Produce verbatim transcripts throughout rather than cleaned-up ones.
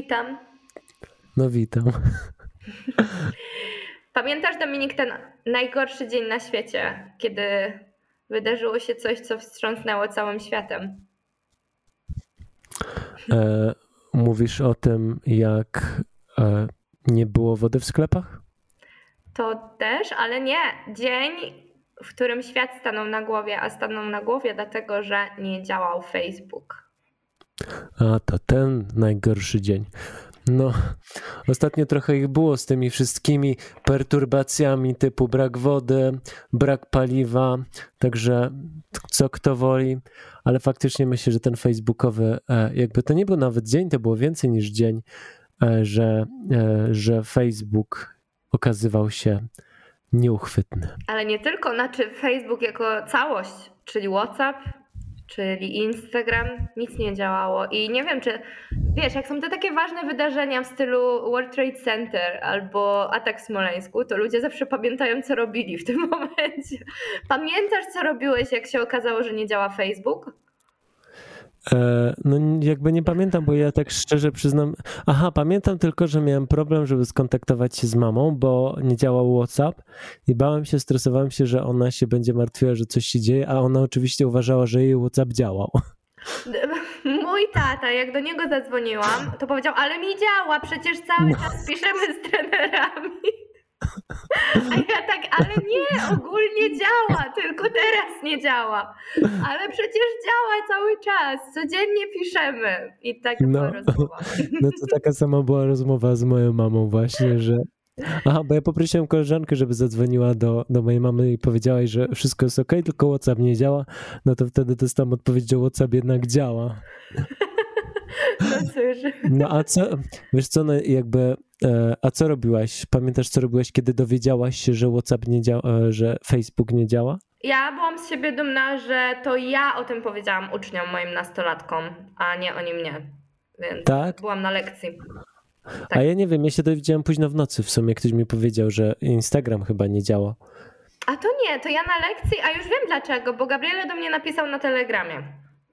Witam. No witam. Pamiętasz, Dominik, ten najgorszy dzień na świecie, kiedy wydarzyło się coś, co wstrząsnęło całym światem? E, mówisz o tym, jak e, nie było wody w sklepach? To też, ale nie. Dzień, w którym świat stanął na głowie, a stanął na głowie dlatego, że nie działał Facebook. A to ten najgorszy dzień. No, ostatnio trochę ich było z tymi wszystkimi perturbacjami typu brak wody, brak paliwa, także co kto woli, ale faktycznie myślę, że ten facebookowy, jakby to nie był nawet dzień, to było więcej niż dzień, że, że Facebook okazywał się nieuchwytny. Ale nie tylko, znaczy Facebook jako całość, czyli WhatsApp, czyli Instagram, nic nie działało i nie wiem, czy wiesz, jak są te takie ważne wydarzenia w stylu World Trade Center albo atak w Smoleńsku, to ludzie zawsze pamiętają, co robili w tym momencie. Pamiętasz, co robiłeś, jak się okazało, że nie działa Facebook? E, no jakby nie pamiętam, bo ja tak szczerze przyznam, aha, pamiętam tylko, że miałem problem, żeby skontaktować się z mamą, bo nie działał WhatsApp i bałem się, stresowałem się, że ona się będzie martwiła, że coś się dzieje, a ona oczywiście uważała, że jej WhatsApp działał. Mój tata, jak do niego zadzwoniłam, to powiedział, ale mi działa, przecież cały czas piszemy z trenerami. A ja tak, ale nie, ogólnie działa, tylko teraz nie działa. Ale przecież działa cały czas, codziennie piszemy. I tak No, była rozmowa. No to taka sama była rozmowa z moją mamą właśnie, że aha, bo ja poprosiłem koleżankę, żeby zadzwoniła do, do mojej mamy i powiedziała jej, że wszystko jest okej, tylko WhatsApp nie działa. No to wtedy dostałam odpowiedź, że WhatsApp jednak działa. No cóż. No a co, wiesz co, no jakby, a co robiłaś? Pamiętasz, co robiłaś, kiedy dowiedziałaś się, że WhatsApp nie działa, że Facebook nie działa? Ja byłam z siebie dumna, że to ja o tym powiedziałam uczniom, moim nastolatkom, a nie oni mnie. Więc tak? Byłam na lekcji. Tak. A ja nie wiem, ja się dowiedziałem późno w nocy w sumie. Ktoś mi powiedział, że Instagram chyba nie działa. A to nie, to ja na lekcji, a już wiem dlaczego, bo Gabriele do mnie napisał na Telegramie.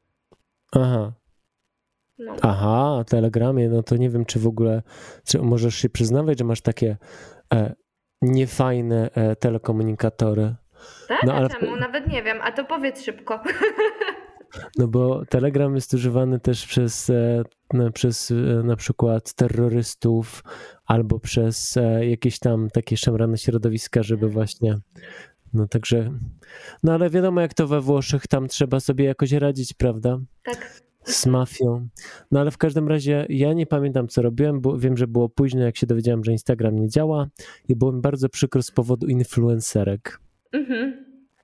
Aha. No. Aha, Telegramie, no to nie wiem, czy w ogóle, czy możesz się przyznawać, że masz takie e, niefajne e, telekomunikatory. Tak? No, ale czemu? Nawet nie wiem, a to powiedz szybko. No bo Telegram jest używany też przez, e, no, przez e, na przykład terrorystów albo przez e, jakieś tam takie szemrane środowiska, żeby właśnie, no także, no ale wiadomo jak to we Włoszech, tam trzeba sobie jakoś radzić, prawda? Tak. Z mafią. No ale w każdym razie ja nie pamiętam, co robiłem, bo wiem, że było późno, jak się dowiedziałem, że Instagram nie działa i było mi bardzo przykro z powodu influencerek. Mhm.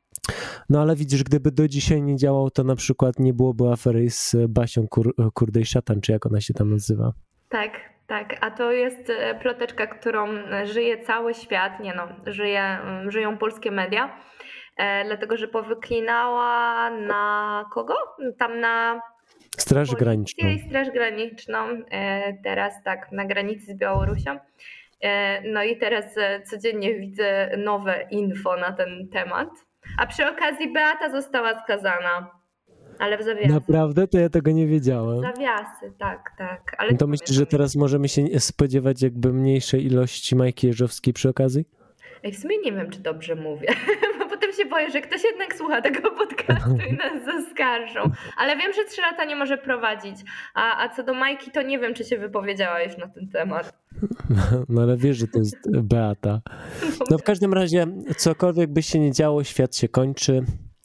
No ale widzisz, gdyby do dzisiaj nie działał, to na przykład nie byłoby afery z Basią Kur- Kurdej-Szatan, czy jak ona się tam nazywa. Tak, tak. A to jest ploteczka, którą żyje cały świat, nie no, żyje, żyją polskie media, e, dlatego, że powyklinała na kogo? Tam na Straż Graniczną. I Straż Graniczną, e, teraz tak, na granicy z Białorusią. E, no i teraz e, codziennie widzę nowe info na ten temat. A przy okazji Beata została skazana, ale w zawiasy. Naprawdę? To ja tego nie wiedziałem. Zawiasy, tak, tak. Ale no to myślisz, że teraz możemy się spodziewać jakby mniejszej ilości Majki Jeżowskiej przy okazji? Ej, w sumie nie wiem, czy dobrze mówię, bo potem się boję, że ktoś jednak słucha tego podcastu i nas zaskarżą. Ale wiem, że trzy lata nie może prowadzić. A, a co do Majki, to nie wiem, czy się wypowiedziała już na ten temat. No ale wiesz, że to jest Beata. No w każdym razie, cokolwiek by się nie działo, świat się kończy.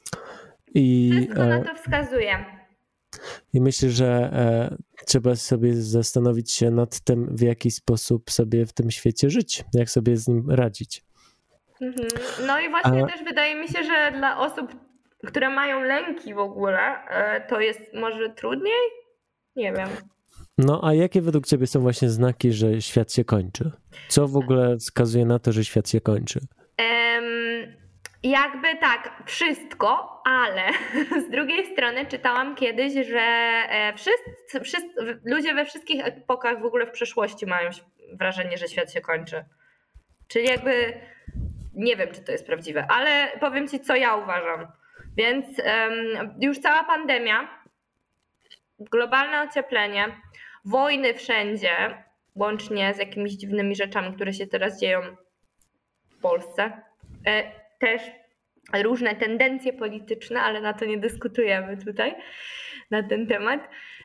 I, Wszystko na to wskazuje. I myślę, że e, trzeba sobie zastanowić się nad tym, w jaki sposób sobie w tym świecie żyć, jak sobie z nim radzić. No i właśnie A... też wydaje mi się, że dla osób, które mają lęki w ogóle, to jest może trudniej? Nie wiem. No a jakie według ciebie są właśnie znaki, że świat się kończy? Co w ogóle wskazuje na to, że świat się kończy? Um, jakby tak, wszystko, ale z drugiej strony czytałam kiedyś, że wszyscy, wszyscy, ludzie we wszystkich epokach w ogóle w przeszłości mają wrażenie, że świat się kończy. Czyli jakby... Nie wiem, czy to jest prawdziwe, ale powiem ci, co ja uważam. Więc um, już cała pandemia, globalne ocieplenie, wojny wszędzie, łącznie z jakimiś dziwnymi rzeczami, które się teraz dzieją w Polsce. Też różne tendencje polityczne, ale na to nie dyskutujemy tutaj, na ten temat.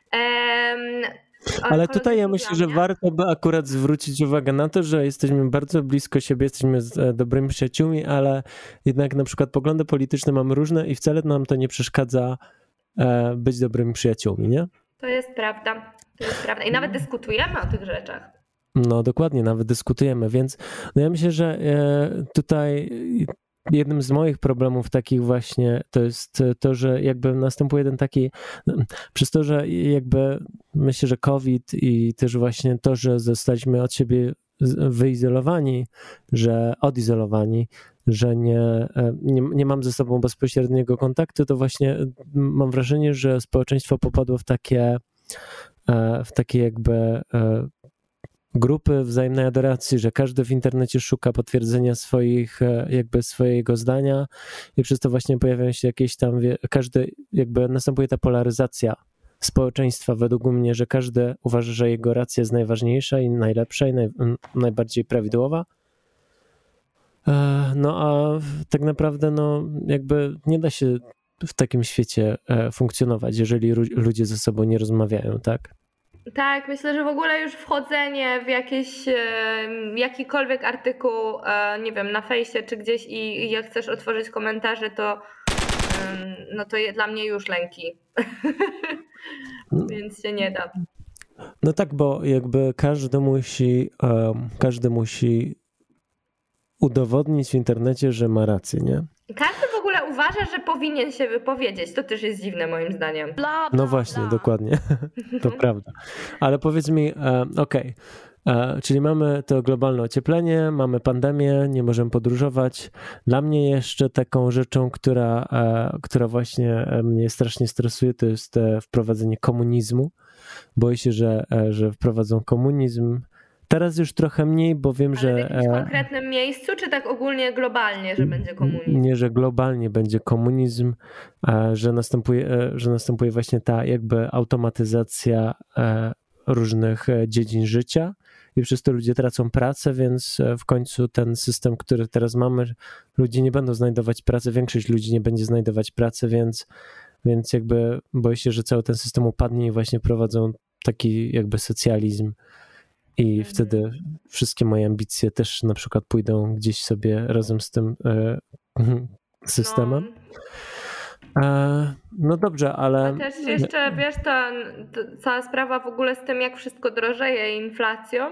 Ale tutaj ja myślę, że warto by akurat zwrócić uwagę na to, że jesteśmy bardzo blisko siebie, jesteśmy dobrymi przyjaciółmi, ale jednak na przykład poglądy polityczne mamy różne i wcale nam to nie przeszkadza być dobrymi przyjaciółmi, nie? To jest prawda, to jest prawda. I nawet dyskutujemy o tych rzeczach. No dokładnie, nawet dyskutujemy, więc no ja myślę, że tutaj jednym z moich problemów takich właśnie to jest to, że jakby następuje ten taki, przez to, że jakby myślę, że COVID i też właśnie to, że zostaliśmy od siebie wyizolowani, że odizolowani, że nie, nie, nie mam ze sobą bezpośredniego kontaktu, to właśnie mam wrażenie, że społeczeństwo popadło w takie, w takie jakby grupy wzajemnej adoracji, że każdy w internecie szuka potwierdzenia swoich, jakby swojego zdania i przez to właśnie pojawiają się jakieś tam, każdy, jakby następuje ta polaryzacja społeczeństwa według mnie, że każdy uważa, że jego racja jest najważniejsza i najlepsza i naj, najbardziej prawidłowa. No a tak naprawdę no jakby nie da się w takim świecie funkcjonować, jeżeli ludzie ze sobą nie rozmawiają, tak? Tak, myślę, że w ogóle już wchodzenie w jakiś, jakikolwiek artykuł, nie wiem, na fejsie czy gdzieś i, i jak chcesz otworzyć komentarze, to no to je, dla mnie już lęki. Więc się nie da. No tak, bo jakby każdy musi, um, każdy musi udowodnić w internecie, że ma rację, nie? Każdy w ogóle uważa, że powinien się wypowiedzieć. To też jest dziwne moim zdaniem. Bla, bla, no właśnie, bla. Dokładnie. To prawda. Ale powiedz mi, e, okej, okay. Czyli mamy to globalne ocieplenie, mamy pandemię, nie możemy podróżować. Dla mnie jeszcze taką rzeczą, która, e, która właśnie mnie strasznie stresuje, to jest wprowadzenie komunizmu. Boję się, że, że wprowadzą komunizm. Teraz już trochę mniej, bo wiem, ale że... w jakimś konkretnym miejscu, czy tak ogólnie globalnie, że będzie komunizm? Nie, że globalnie będzie komunizm, że następuje, że następuje właśnie ta jakby automatyzacja różnych dziedzin życia i przez to ludzie tracą pracę, więc w końcu ten system, który teraz mamy, ludzie nie będą znajdować pracy, większość ludzi nie będzie znajdować pracy, więc, więc jakby boję się, że cały ten system upadnie i właśnie prowadzą taki jakby socjalizm. I wtedy wszystkie moje ambicje też na przykład pójdą gdzieś sobie razem z tym e, systemem. No. E, no dobrze, ale... A też jeszcze, wiesz, ta, ta cała sprawa w ogóle z tym, jak wszystko drożeje inflacją,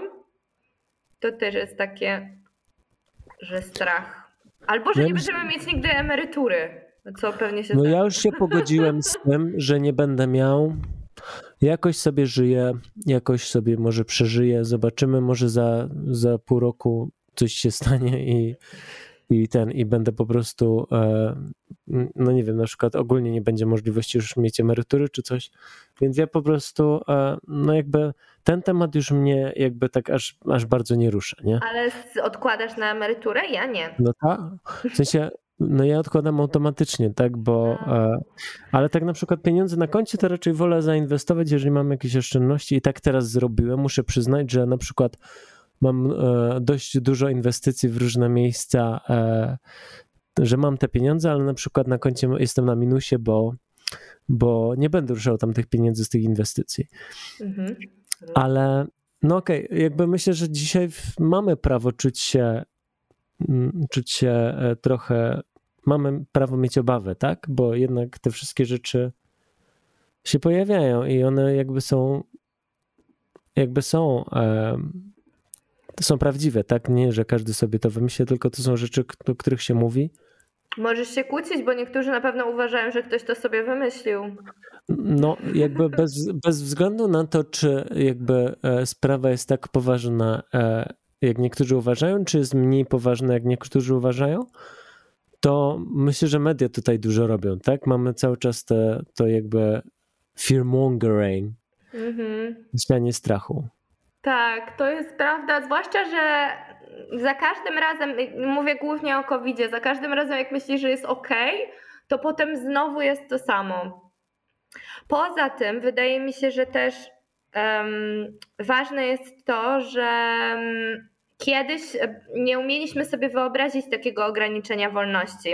to też jest takie, że strach. Albo, że ja nie myśl... będziemy mieć nigdy emerytury, co pewnie się No zdarzy. ja już się pogodziłem z tym, że nie będę miał... Jakoś sobie żyję, jakoś sobie może przeżyję, zobaczymy, może za, za pół roku coś się stanie i, i ten, i będę po prostu, e, no nie wiem, na przykład ogólnie nie będzie możliwości już mieć emerytury czy coś, więc ja po prostu, e, no jakby ten temat już mnie jakby tak aż, aż bardzo nie rusza, nie? Ale odkładasz na emeryturę? Ja nie. No tak, w sensie... No ja odkładam automatycznie, tak, bo e, ale tak na przykład pieniądze na koncie to raczej wolę zainwestować, jeżeli mam jakieś oszczędności i tak teraz zrobiłem. Muszę przyznać, że na przykład mam e, dość dużo inwestycji w różne miejsca, e, że mam te pieniądze, ale na przykład na koncie jestem na minusie, bo, bo nie będę ruszał tam tych pieniędzy z tych inwestycji. Mhm. Ale no okej, okay, jakby myślę, że dzisiaj mamy prawo czuć się czuć się trochę, mamy prawo mieć obawy, tak? Bo jednak te wszystkie rzeczy się pojawiają i one jakby są jakby są są prawdziwe, tak? Nie, że każdy sobie to wymyśli, tylko to są rzeczy, o których się mówi. Możesz się kłócić, bo niektórzy na pewno uważają, że ktoś to sobie wymyślił. No jakby bez, bez względu na to, czy jakby sprawa jest tak poważna, jak niektórzy uważają, czy jest mniej poważne, jak niektórzy uważają, to myślę, że media tutaj dużo robią, tak? Mamy cały czas te, to jakby fearmongering, mhm. sianie strachu. Tak, to jest prawda, zwłaszcza, że za każdym razem, mówię głównie o kowidzie, za każdym razem jak myślisz, że jest okej, to potem znowu jest to samo. Poza tym wydaje mi się, że też um, ważne jest to, że um, kiedyś nie umieliśmy sobie wyobrazić takiego ograniczenia wolności.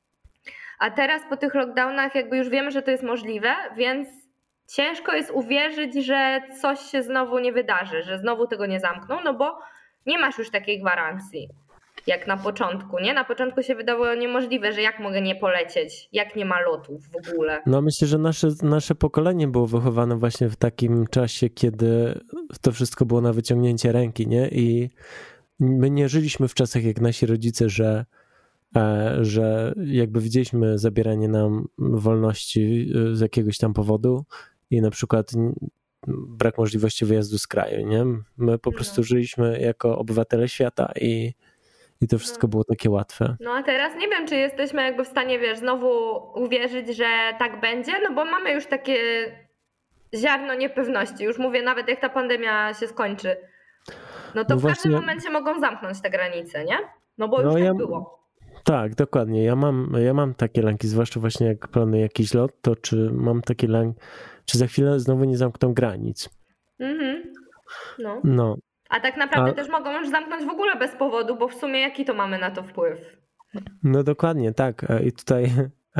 A teraz po tych lockdownach jakby już wiemy, że to jest możliwe, więc ciężko jest uwierzyć, że coś się znowu nie wydarzy, że znowu tego nie zamkną, no bo nie masz już takiej gwarancji jak na początku, nie? Na początku się wydawało niemożliwe, że jak mogę nie polecieć, jak nie ma lotów w ogóle. No myślę, że nasze, nasze pokolenie było wychowane właśnie w takim czasie, kiedy to wszystko było na wyciągnięcie ręki, nie? I my nie żyliśmy w czasach jak nasi rodzice, że, że jakby widzieliśmy zabieranie nam wolności z jakiegoś tam powodu i na przykład brak możliwości wyjazdu z kraju, nie? My po prostu No. żyliśmy jako obywatele świata i I to wszystko było takie łatwe. No a teraz nie wiem, czy jesteśmy jakby w stanie, wiesz, znowu uwierzyć, że tak będzie, no bo mamy już takie ziarno niepewności. Już mówię, nawet jak ta pandemia się skończy, no to No w właśnie, każdym momencie mogą zamknąć te granice, nie? No bo już no tak ja, było. tak, dokładnie. Ja mam, ja mam takie lęki, zwłaszcza właśnie jak planuję jakiś lot, to czy mam taki lęk, czy za chwilę znowu nie zamkną granic. Mhm. No. No. A tak naprawdę A... też mogą już zamknąć w ogóle bez powodu, bo w sumie jaki to mamy na to wpływ? No dokładnie, tak. I tutaj,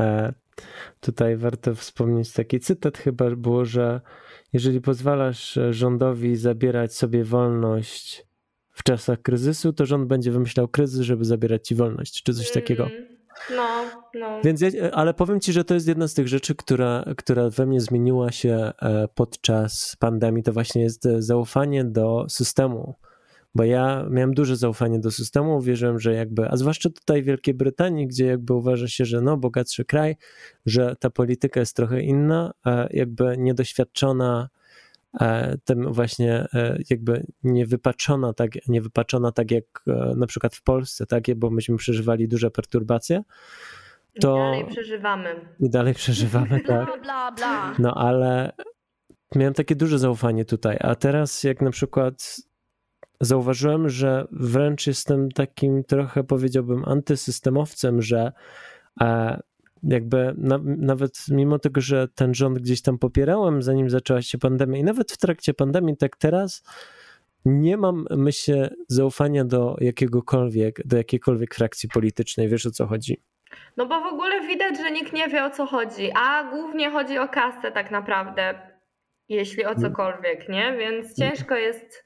tutaj warto wspomnieć taki cytat chyba było, że jeżeli pozwalasz rządowi zabierać sobie wolność w czasach kryzysu, to rząd będzie wymyślał kryzys, żeby zabierać ci wolność, czy coś takiego. No, no. Więc ja, ale powiem ci, że to jest jedna z tych rzeczy, która, która we mnie zmieniła się podczas pandemii, to właśnie jest zaufanie do systemu. Bo ja miałem duże zaufanie do systemu, wierzyłem, że jakby, a zwłaszcza tutaj w Wielkiej Brytanii, gdzie jakby uważa się, że no bogatszy kraj, że ta polityka jest trochę inna, jakby niedoświadczona, tym właśnie jakby niewypaczona tak, niewypaczona tak jak na przykład w Polsce, tak, bo myśmy przeżywali duże perturbacje. To... I dalej przeżywamy. I dalej przeżywamy, tak. Bla, bla, bla. No ale miałem takie duże zaufanie tutaj, a teraz jak na przykład zauważyłem, że wręcz jestem takim trochę, powiedziałbym, antysystemowcem, że e, jakby na, nawet mimo tego, że ten rząd gdzieś tam popierałem, zanim zaczęła się pandemia i nawet w trakcie pandemii, tak teraz nie mam, myślę, zaufania do jakiegokolwiek, do jakiejkolwiek frakcji politycznej. Wiesz, o co chodzi? No bo w ogóle widać, że nikt nie wie, o co chodzi, a głównie chodzi o kasę tak naprawdę, jeśli o cokolwiek, nie? Więc ciężko jest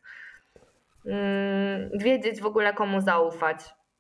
mm, wiedzieć w ogóle, komu zaufać.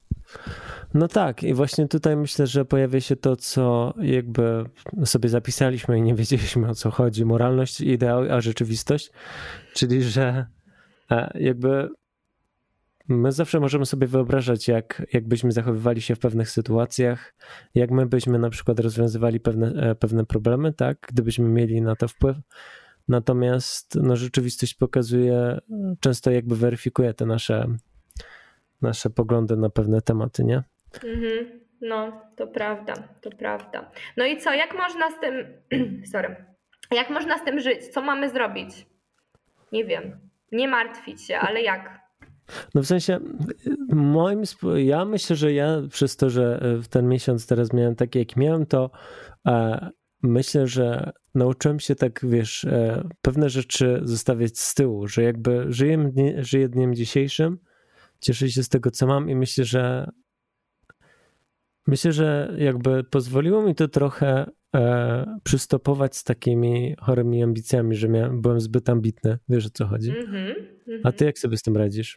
No tak, i właśnie tutaj myślę, że pojawia się to, co jakby sobie zapisaliśmy i nie wiedzieliśmy, o co chodzi. Moralność, ideał, a rzeczywistość, czyli że jakby my zawsze możemy sobie wyobrażać, jak, jak byśmy zachowywali się w pewnych sytuacjach, jak my byśmy na przykład rozwiązywali pewne, pewne problemy, tak, gdybyśmy mieli na to wpływ. Natomiast no, rzeczywistość pokazuje, często jakby weryfikuje te nasze, nasze poglądy na pewne tematy, nie? Mhm. No, to prawda, to prawda. No i co, jak można z tym, sorry, jak można z tym żyć? Co mamy zrobić? Nie wiem, nie martwić się, ale jak? No w sensie, moim, ja myślę, że ja przez to, że w ten miesiąc teraz miałem taki, jak miałem, to e, myślę, że nauczyłem się tak, wiesz, e, pewne rzeczy zostawiać z tyłu, że jakby żyję, żyję dniem dzisiejszym, cieszę się z tego, co mam i myślę, że myślę, że jakby pozwoliło mi to trochę e, przystopować z takimi chorymi ambicjami, że miałem, byłem zbyt ambitny, wiesz, o co chodzi? Mm-hmm, mm-hmm. A ty jak sobie z tym radzisz?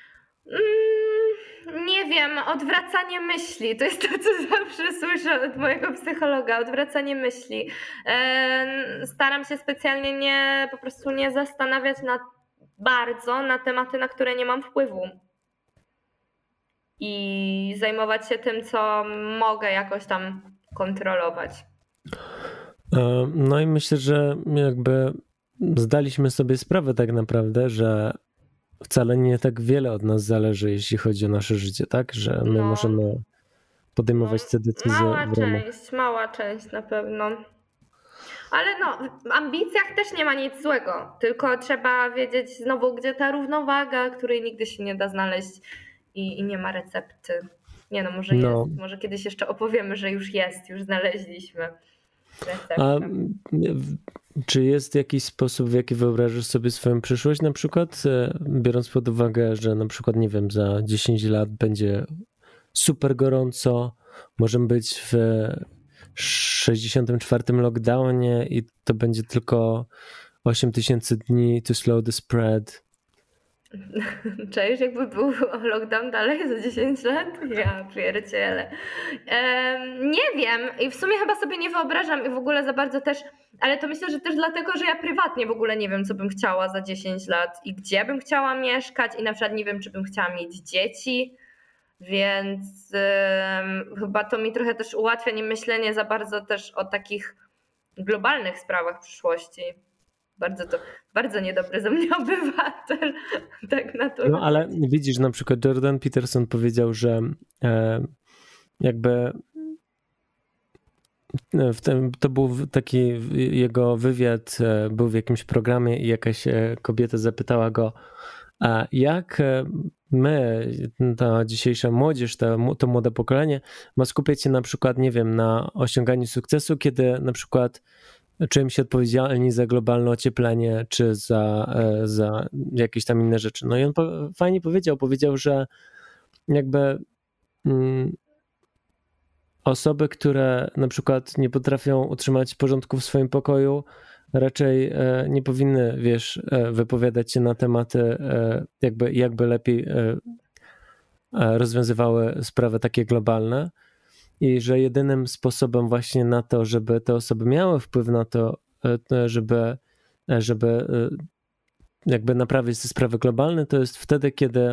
Mm, nie wiem, odwracanie myśli, to jest to, co zawsze słyszę od mojego psychologa, odwracanie myśli. E, staram się specjalnie nie, po prostu nie zastanawiać na, bardzo na tematy, na które nie mam wpływu. I zajmować się tym, co mogę jakoś tam kontrolować. No i myślę, że jakby zdaliśmy sobie sprawę tak naprawdę, że wcale nie tak wiele od nas zależy, jeśli chodzi o nasze życie, tak? Że my no, możemy podejmować no, te decyzje. Mała część, mała część na pewno. Ale no, w ambicjach też nie ma nic złego, tylko trzeba wiedzieć znowu, gdzie ta równowaga, której nigdy się nie da znaleźć. I, i nie ma recepty. Nie no, może no. jest. Może kiedyś jeszcze opowiemy, że już jest, już znaleźliśmy. A recepta. w- czy jest jakiś sposób, w jaki wyobrażasz sobie swoją przyszłość, na przykład e, biorąc pod uwagę, że na przykład, nie wiem, za dziesięć lat będzie super gorąco, możemy być w sześćdziesiątym czwartym lockdownie i to będzie tylko osiem tysięcy dni to slow the spread. Czaisz, jakby był lockdown dalej za dziesięć lat? Ja pierdzielę. Em, nie wiem i w sumie chyba sobie nie wyobrażam i w ogóle za bardzo też, ale to myślę, że też dlatego, że ja prywatnie w ogóle nie wiem, co bym chciała za dziesięć lat i gdzie bym chciała mieszkać i na przykład nie wiem, czy bym chciała mieć dzieci, więc em, chyba to mi trochę też ułatwia nie myślenie za bardzo też o takich globalnych sprawach przyszłości. Bardzo to, bardzo niedobry ze mnie obywatel, tak naturalnie. No ale widzisz, na przykład Jordan Peterson powiedział, że e, jakby w tym, to był taki jego wywiad, e, był w jakimś programie i jakaś e, kobieta zapytała go, a jak e, my, ta dzisiejsza młodzież, to, to młode pokolenie ma skupiać się na przykład, nie wiem, na osiąganiu sukcesu, kiedy na przykład czujemy się odpowiedzialni za globalne ocieplenie, czy za, e, za jakieś tam inne rzeczy. No i on po, fajnie powiedział, powiedział, że jakby mm, osoby, które na przykład nie potrafią utrzymać porządku w swoim pokoju, raczej e, nie powinny, wiesz, e, wypowiadać się na tematy, e, jakby, jakby lepiej e, e, rozwiązywały sprawy takie globalne. I że jedynym sposobem właśnie na to, żeby te osoby miały wpływ na to, e, żeby, e, żeby e, jakby naprawić te sprawy globalne, to jest wtedy, kiedy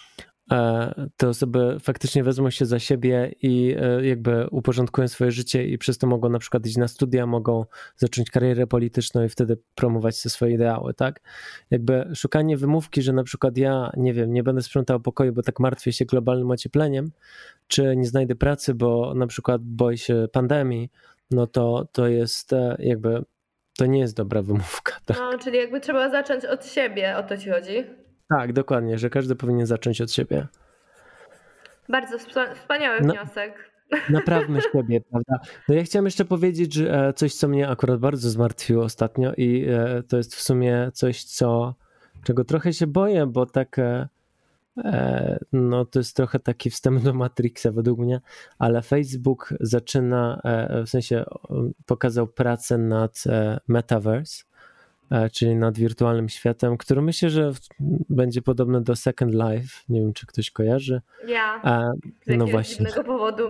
e, te osoby faktycznie wezmą się za siebie i e, jakby uporządkują swoje życie i przez to mogą na przykład iść na studia, mogą zacząć karierę polityczną i wtedy promować te swoje ideały, tak? Jakby szukanie wymówki, że na przykład ja, nie wiem, nie będę sprzątał pokoju, bo tak martwię się globalnym ociepleniem, czy nie znajdę pracy, bo na przykład boję się pandemii, no to to jest e, jakby, to nie jest dobra wymówka. Tak, No, czyli jakby trzeba zacząć od siebie, o to ci chodzi. tak, dokładnie, że każdy powinien zacząć od siebie. Bardzo wspa- wspaniały No. wniosek. Naprawmy siebie, prawda? No ja chciałem jeszcze powiedzieć, że e, coś, co mnie akurat bardzo zmartwiło ostatnio i e, to jest w sumie coś, co, czego trochę się boję, bo tak e, e, no to jest trochę taki wstęp do Matrixa według mnie, ale Facebook zaczyna, e, w sensie e, pokazał pracę nad e, Metaverse, e, czyli nad wirtualnym światem, który myślę, że w, będzie podobny do Second Life. Nie wiem, czy ktoś kojarzy. Ja, E, z jakiegoś no właśnie. dziwnego powodu.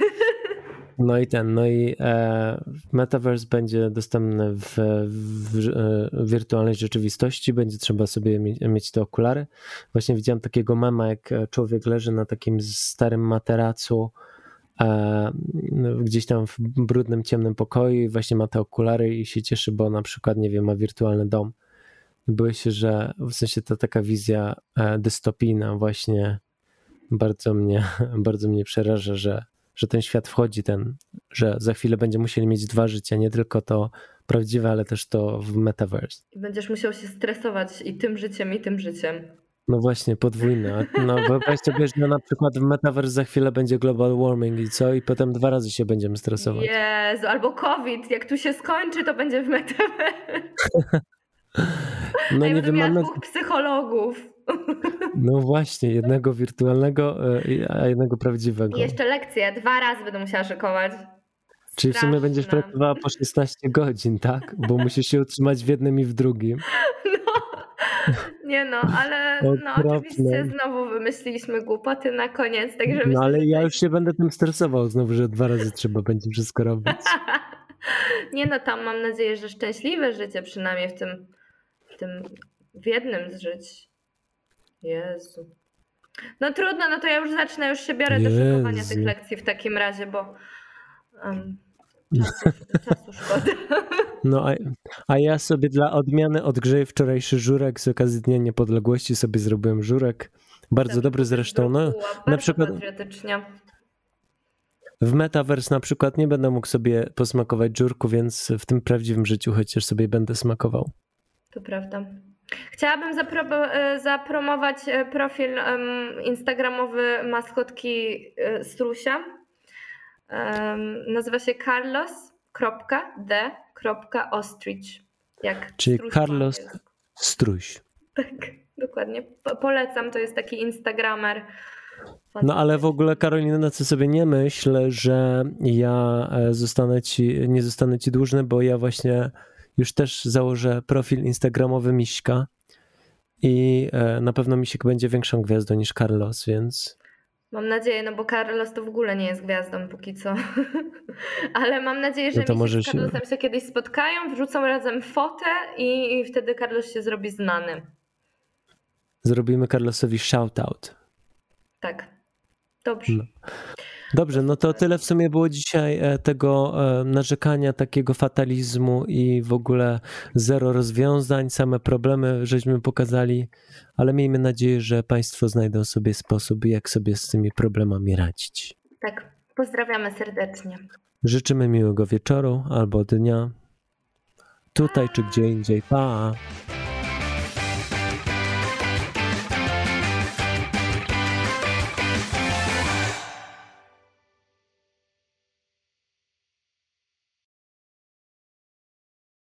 No i ten, no i e, Metaverse będzie dostępny w, w, w wirtualnej rzeczywistości, będzie trzeba sobie mieć, mieć te okulary. Właśnie widziałem takiego mema, jak człowiek leży na takim starym materacu e, gdzieś tam w brudnym, ciemnym pokoju i właśnie ma te okulary i się cieszy, bo na przykład, nie wiem, ma wirtualny dom. Boję się, że w sensie ta taka wizja e, dystopijna właśnie bardzo mnie, bardzo mnie przeraża, że że ten świat wchodzi, ten, że za chwilę będziemy musieli mieć dwa życia, nie tylko to prawdziwe, ale też to w Metaverse. I będziesz musiał się stresować i tym życiem, i tym życiem. No właśnie, podwójne. No wyobraź sobie, że na przykład w Metaverse za chwilę będzie global warming i co? I potem dwa razy się będziemy stresować. Jezu, albo COVID. Jak tu się skończy, to będzie w metaverse. No A ja nie będę wiem, miała mamy... dwóch psychologów. No właśnie, jednego wirtualnego, e, a jednego prawdziwego. I jeszcze lekcje. Dwa razy będę musiała szykować. Czyli w sumie Straszne. będziesz pracowała po szesnaście godzin, tak? Bo musisz się utrzymać w jednym i w drugim. No, nie no, ale no, Okropne. oczywiście znowu wymyśliliśmy głupoty na koniec, także myślę, No ale że ja to już się będę tym stresował znowu, że dwa razy trzeba będzie wszystko robić. Nie no, tam mam nadzieję, że szczęśliwe życie przynajmniej w tym, w tym, w jednym z żyć. Jezu. No trudno, no to ja już zacznę, już się biorę do szykowania Jezu. tych lekcji w takim razie, bo um, czasu, czasu szkoda. No a, a ja sobie dla odmiany odgrzeję wczorajszy żurek z okazji Dnia Niepodległości sobie zrobiłem żurek. Bardzo dobry zresztą. No, na przykład patriotycznie. w Metaverse na przykład nie będę mógł sobie posmakować żurku, więc w tym prawdziwym życiu chociaż sobie będę smakował. To prawda. Chciałabym zapro- zapromować profil um, instagramowy maskotki Strusia. Um, nazywa się Carlos D.Ostrich. Jak Czyli stróż po Carlos angielsku. Struś. Tak, dokładnie. Po- Polecam, to jest taki instagramer. No ale w ogóle, Karolina, na co sobie nie myśl, że ja e, zostanę ci, nie zostanę ci dłużny, bo ja właśnie już też założę profil instagramowy Miśka i e, na pewno Misiek będzie większą gwiazdą niż Carlos, więc... Mam nadzieję, no bo Carlos to w ogóle nie jest gwiazdą póki co. Ale mam nadzieję, że No to Misiek może z się- Carlosem się kiedyś spotkają, wrzucą razem fotę i, i wtedy Carlos się zrobi znany. Zrobimy Carlosowi shoutout. Tak. Dobrze. No. Dobrze, no to tyle w sumie było dzisiaj e, tego e, narzekania, takiego fatalizmu i w ogóle zero rozwiązań, same problemy żeśmy pokazali, ale miejmy nadzieję, że Państwo znajdą sobie sposób, jak sobie z tymi problemami radzić. Tak. Pozdrawiamy serdecznie. Życzymy miłego wieczoru albo dnia, tutaj czy gdzie indziej. Pa!